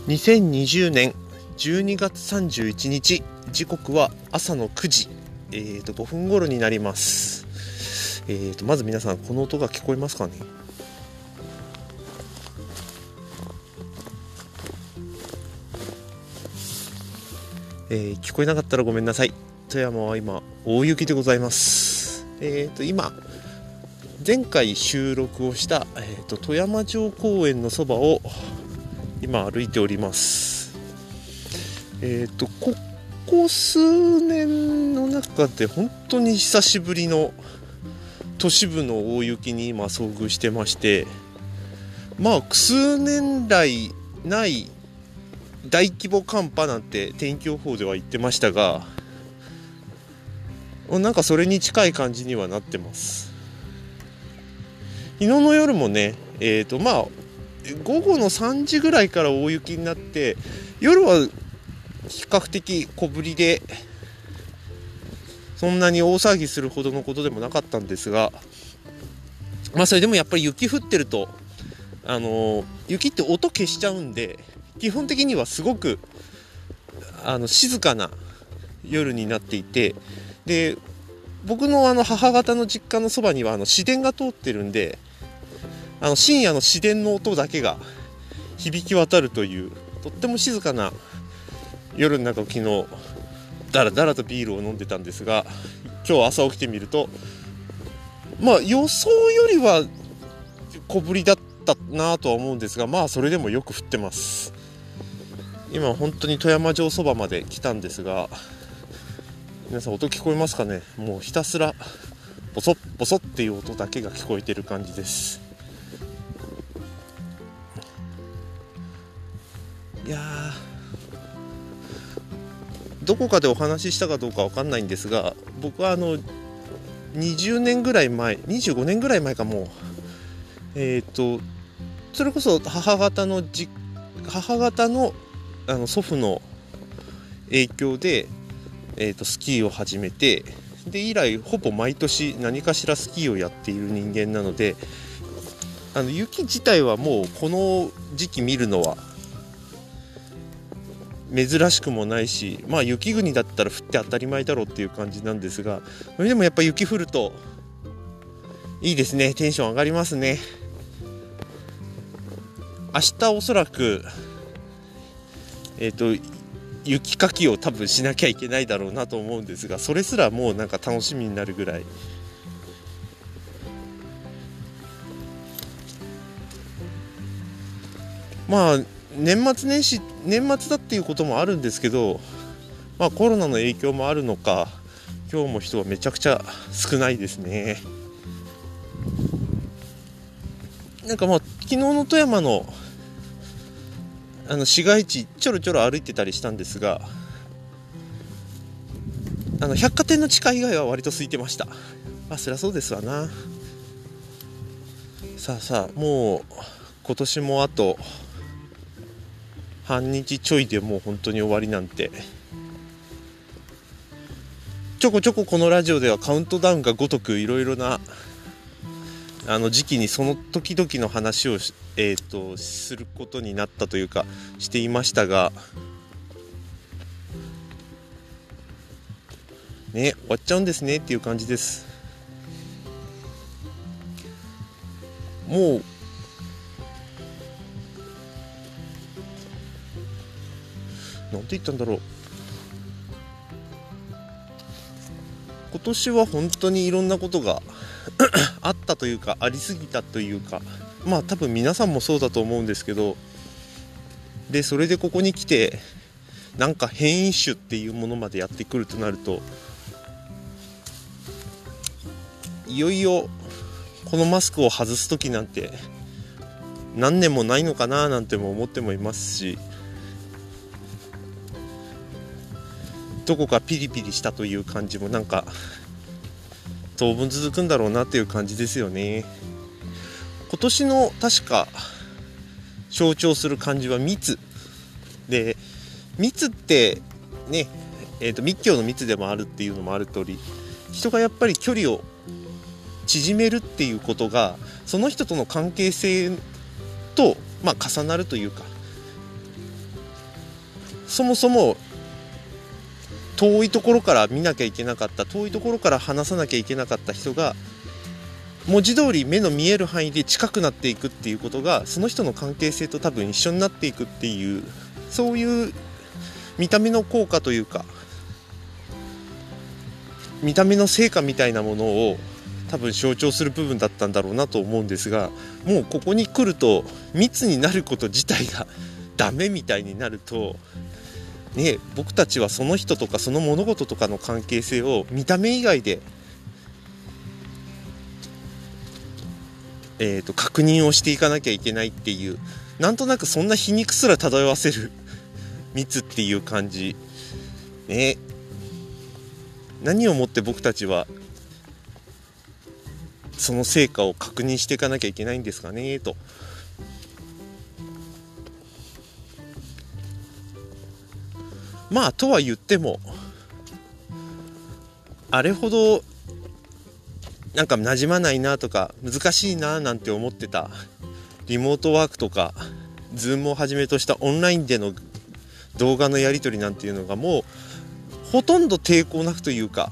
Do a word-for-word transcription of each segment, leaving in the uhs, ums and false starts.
にせんにじゅうねんじゅうにがつさんじゅういちにち、時刻は朝のくじ、えー、とごふん頃になります。えー、とまず皆さん、この音が聞こえますかね。えー、聞こえなかったらごめんなさい。富山は今大雪でございます。えー、と今前回収録をした、えー、と富山城公園のそばを今歩いております。えー、とここ数年の中で本当に久しぶりの都市部の大雪に今遭遇してまして、まあ数年来ない大規模寒波なんて天気予報では言ってましたが、なんかそれに近い感じにはなってます。昨日の夜もね、えーとまあ午後のさんじぐらいから大雪になって、夜は比較的小降りでそんなに大騒ぎするほどのことでもなかったんですが、まあそれでもやっぱり雪降ってると、あの雪って音消しちゃうんで、基本的にはすごくあの静かな夜になっていて、で僕のあの母方の実家のそばにはあの市電が通ってるんで、あの深夜の市電の音だけが響き渡るという、とっても静かな夜の中を昨日だらだらとビールを飲んでたんですが、今日朝起きてみると、まあ予想よりは小降りだったなとは思うんですが、まあそれでもよく降ってます。今本当に富山城そばまで来たんですが、皆さん音聞こえますかね。もうひたすらボソッボソッっていう音だけが聞こえてる感じです。いやー、どこかでお話ししたかどうかわかんないんですが、僕はあのにじゅうねんぐらい前、にじゅうごねんぐらい前かもう、えっとそれこそ母方のじ母方のあの祖父の影響で、えーとスキーを始めて、で以来ほぼ毎年何かしらスキーをやっている人間なので、あの雪自体はもうこの時期見るのは珍しくもないし、まあ雪国だったら降って当たり前だろうっていう感じなんですが、それでもやっぱ雪降るといいですね。テンション上がりますね。明日おそらくえっと雪かきを多分しなきゃいけないだろうなと思うんですが、それすらもうなんか楽しみになるぐらい、まあ年末年始年末だっていうこともあるんですけど、まあコロナの影響もあるのか、今日も人はめちゃくちゃ少ないですね。なんかまあ昨日の富山のあの市街地ちょろちょろ歩いてたりしたんですが、あの百貨店の地下以外は割と空いてました。あ、そりゃそうですわな。さあさあ、もう今年もあと半日ちょいでもう本当に終わりなんて、ちょこちょここのラジオではカウントダウンがごとくいろいろなあの時期にその時々の話を、えー、とすることになったというかしていましたがね、終わっちゃうんですねっていう感じです。もうなんて言ったんだろう、今年は本当にいろんなことがあったというか、ありすぎたというか、まあ多分皆さんもそうだと思うんですけど、でそれでここに来てなんか変異種っていうものまでやってくるとなると、いよいよこのマスクを外す時なんて何年もないのかななんても思ってもいますし、どこかピリピリしたという感じもなんか当分続くんだろうなっていう感じですよね。今年の確か象徴する漢字は密で、密ってね、えーと密教の密でもあるっていうのもある通り、人がやっぱり距離を縮めるっていうことがその人との関係性と、まあ、重なるというか、 そもそも遠いところから見なきゃいけなかった、遠いところから話さなきゃいけなかった人が文字通り目の見える範囲で近くなっていくっていうことが、その人の関係性と多分一緒になっていくっていう、そういう見た目の効果というか見た目の成果みたいなものを多分象徴する部分だったんだろうなと思うんですが、もうここに来ると密になること自体がダメみたいになるとね、僕たちはその人とかその物事とかの関係性を見た目以外で、えーと、確認をしていかなきゃいけないっていう、なんとなくそんな皮肉すら漂わせる密っていう感じね。何をもって僕たちはその成果を確認していかなきゃいけないんですかねと。まあとは言ってもあれほどなんか馴染まないなとか難しいななんて思ってたリモートワークとか Zoom をはじめとしたオンラインでの動画のやり取りなんていうのがもうほとんど抵抗なくというか、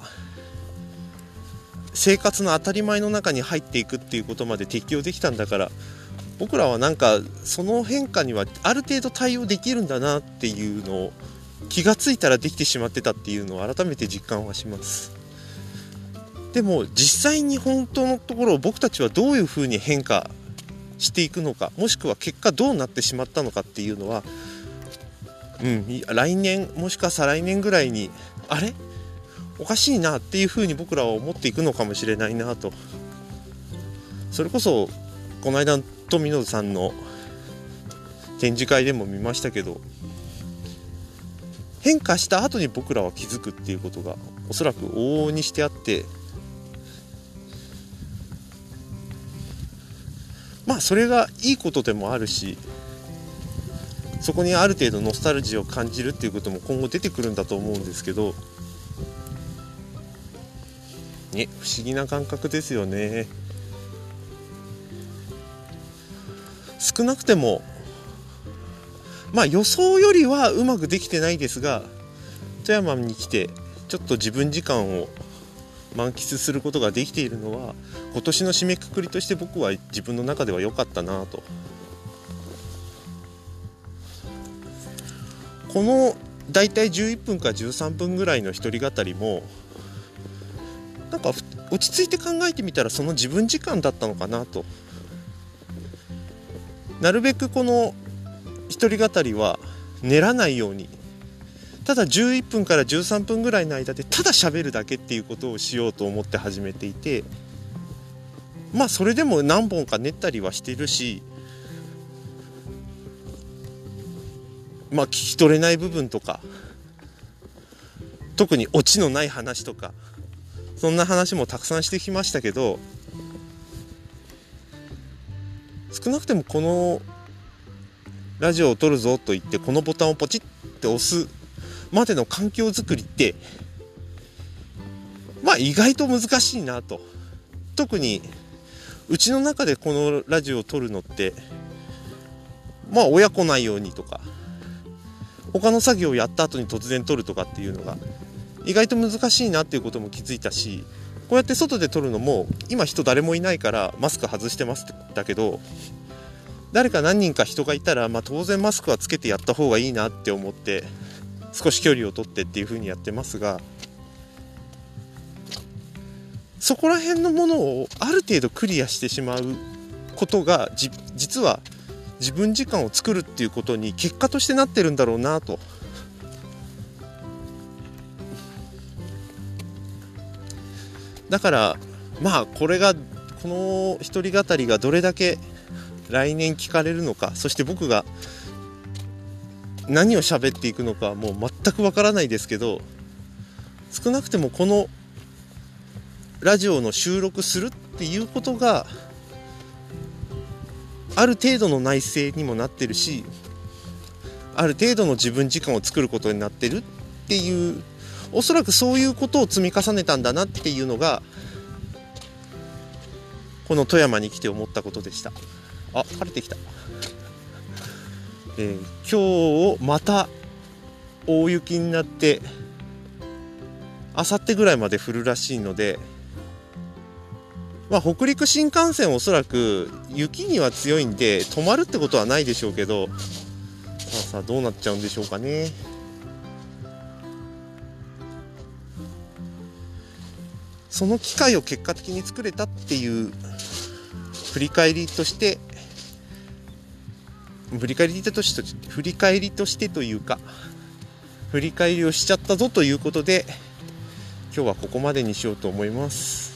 生活の当たり前の中に入っていくっていうことまで適用できたんだから、僕らはなんかその変化にはある程度対応できるんだなっていうのを気がついたらできてしまってたっていうのを改めて実感はします。でも実際に本当のところ僕たちはどういうふうに変化していくのか、もしくは結果どうなってしまったのかっていうのは、うん、来年もしくは再来年ぐらいにあれおかしいなっていうふうに僕らは思っていくのかもしれないなと。それこそこの間富野さんの展示会でも見ましたけど、変化した後に僕らは気づくっていうことがおそらく往々にしてあって、まあそれがいいことでもあるし、そこにある程度ノスタルジーを感じるっていうことも今後出てくるんだと思うんですけどね、不思議な感覚ですよね。少なくてもまあ予想よりはうまくできてないですが、富山に来てちょっと自分時間を満喫することができているのは今年の締めくくりとして僕は自分の中では良かったなと。このだいたいじゅういっぷんかじゅうさんぷんぐらいの一人語りもなんか落ち着いて考えてみたらその自分時間だったのかなと。なるべくこの一人語りは練らないように、ただじゅういっぷんからじゅうさんぷんぐらいの間でただ喋るだけっていうことをしようと思って始めていて、まあそれでも何本か練ったりはしてるし、まあ聞き取れない部分とか特にオチのない話とかそんな話もたくさんしてきましたけど、少なくてもこのラジオを撮るぞと言ってこのボタンをポチッって押すまでの環境づくりってまあ意外と難しいなと。特にうちの中でこのラジオを撮るのってまあ親来ないようにとか他の作業をやった後に突然撮るとかっていうのが意外と難しいなっていうことも気づいたし、こうやって外で撮るのも今人誰もいないからマスク外してますだけど、誰か何人か人がいたら、まあ、当然マスクはつけてやった方がいいなって思って少し距離を取ってっていう風にやってますが、そこら辺のものをある程度クリアしてしまうことがじ実は自分時間を作るっていうことに結果としてなってるんだろうなと。だからまあこれがこの一人語りがどれだけ来年聞かれるのか、そして僕が何を喋っていくのかはもう全くわからないですけど、少なくてもこのラジオの収録するっていうことがある程度の内省にもなってるし、ある程度の自分時間を作ることになってるっていう、おそらくそういうことを積み重ねたんだなっていうのがこの富山に来て思ったことでした。あ、晴れてきた。えー、今日また大雪になってあさってぐらいまで降るらしいので、まあ、北陸新幹線おそらく雪には強いんで止まるってことはないでしょうけど、さあさあどうなっちゃうんでしょうかね。その機会を結果的に作れたっていう振り返りとして振り返りとして振り返りとしてというか振り返りをしちゃったぞということで、今日はここまでにしようと思います。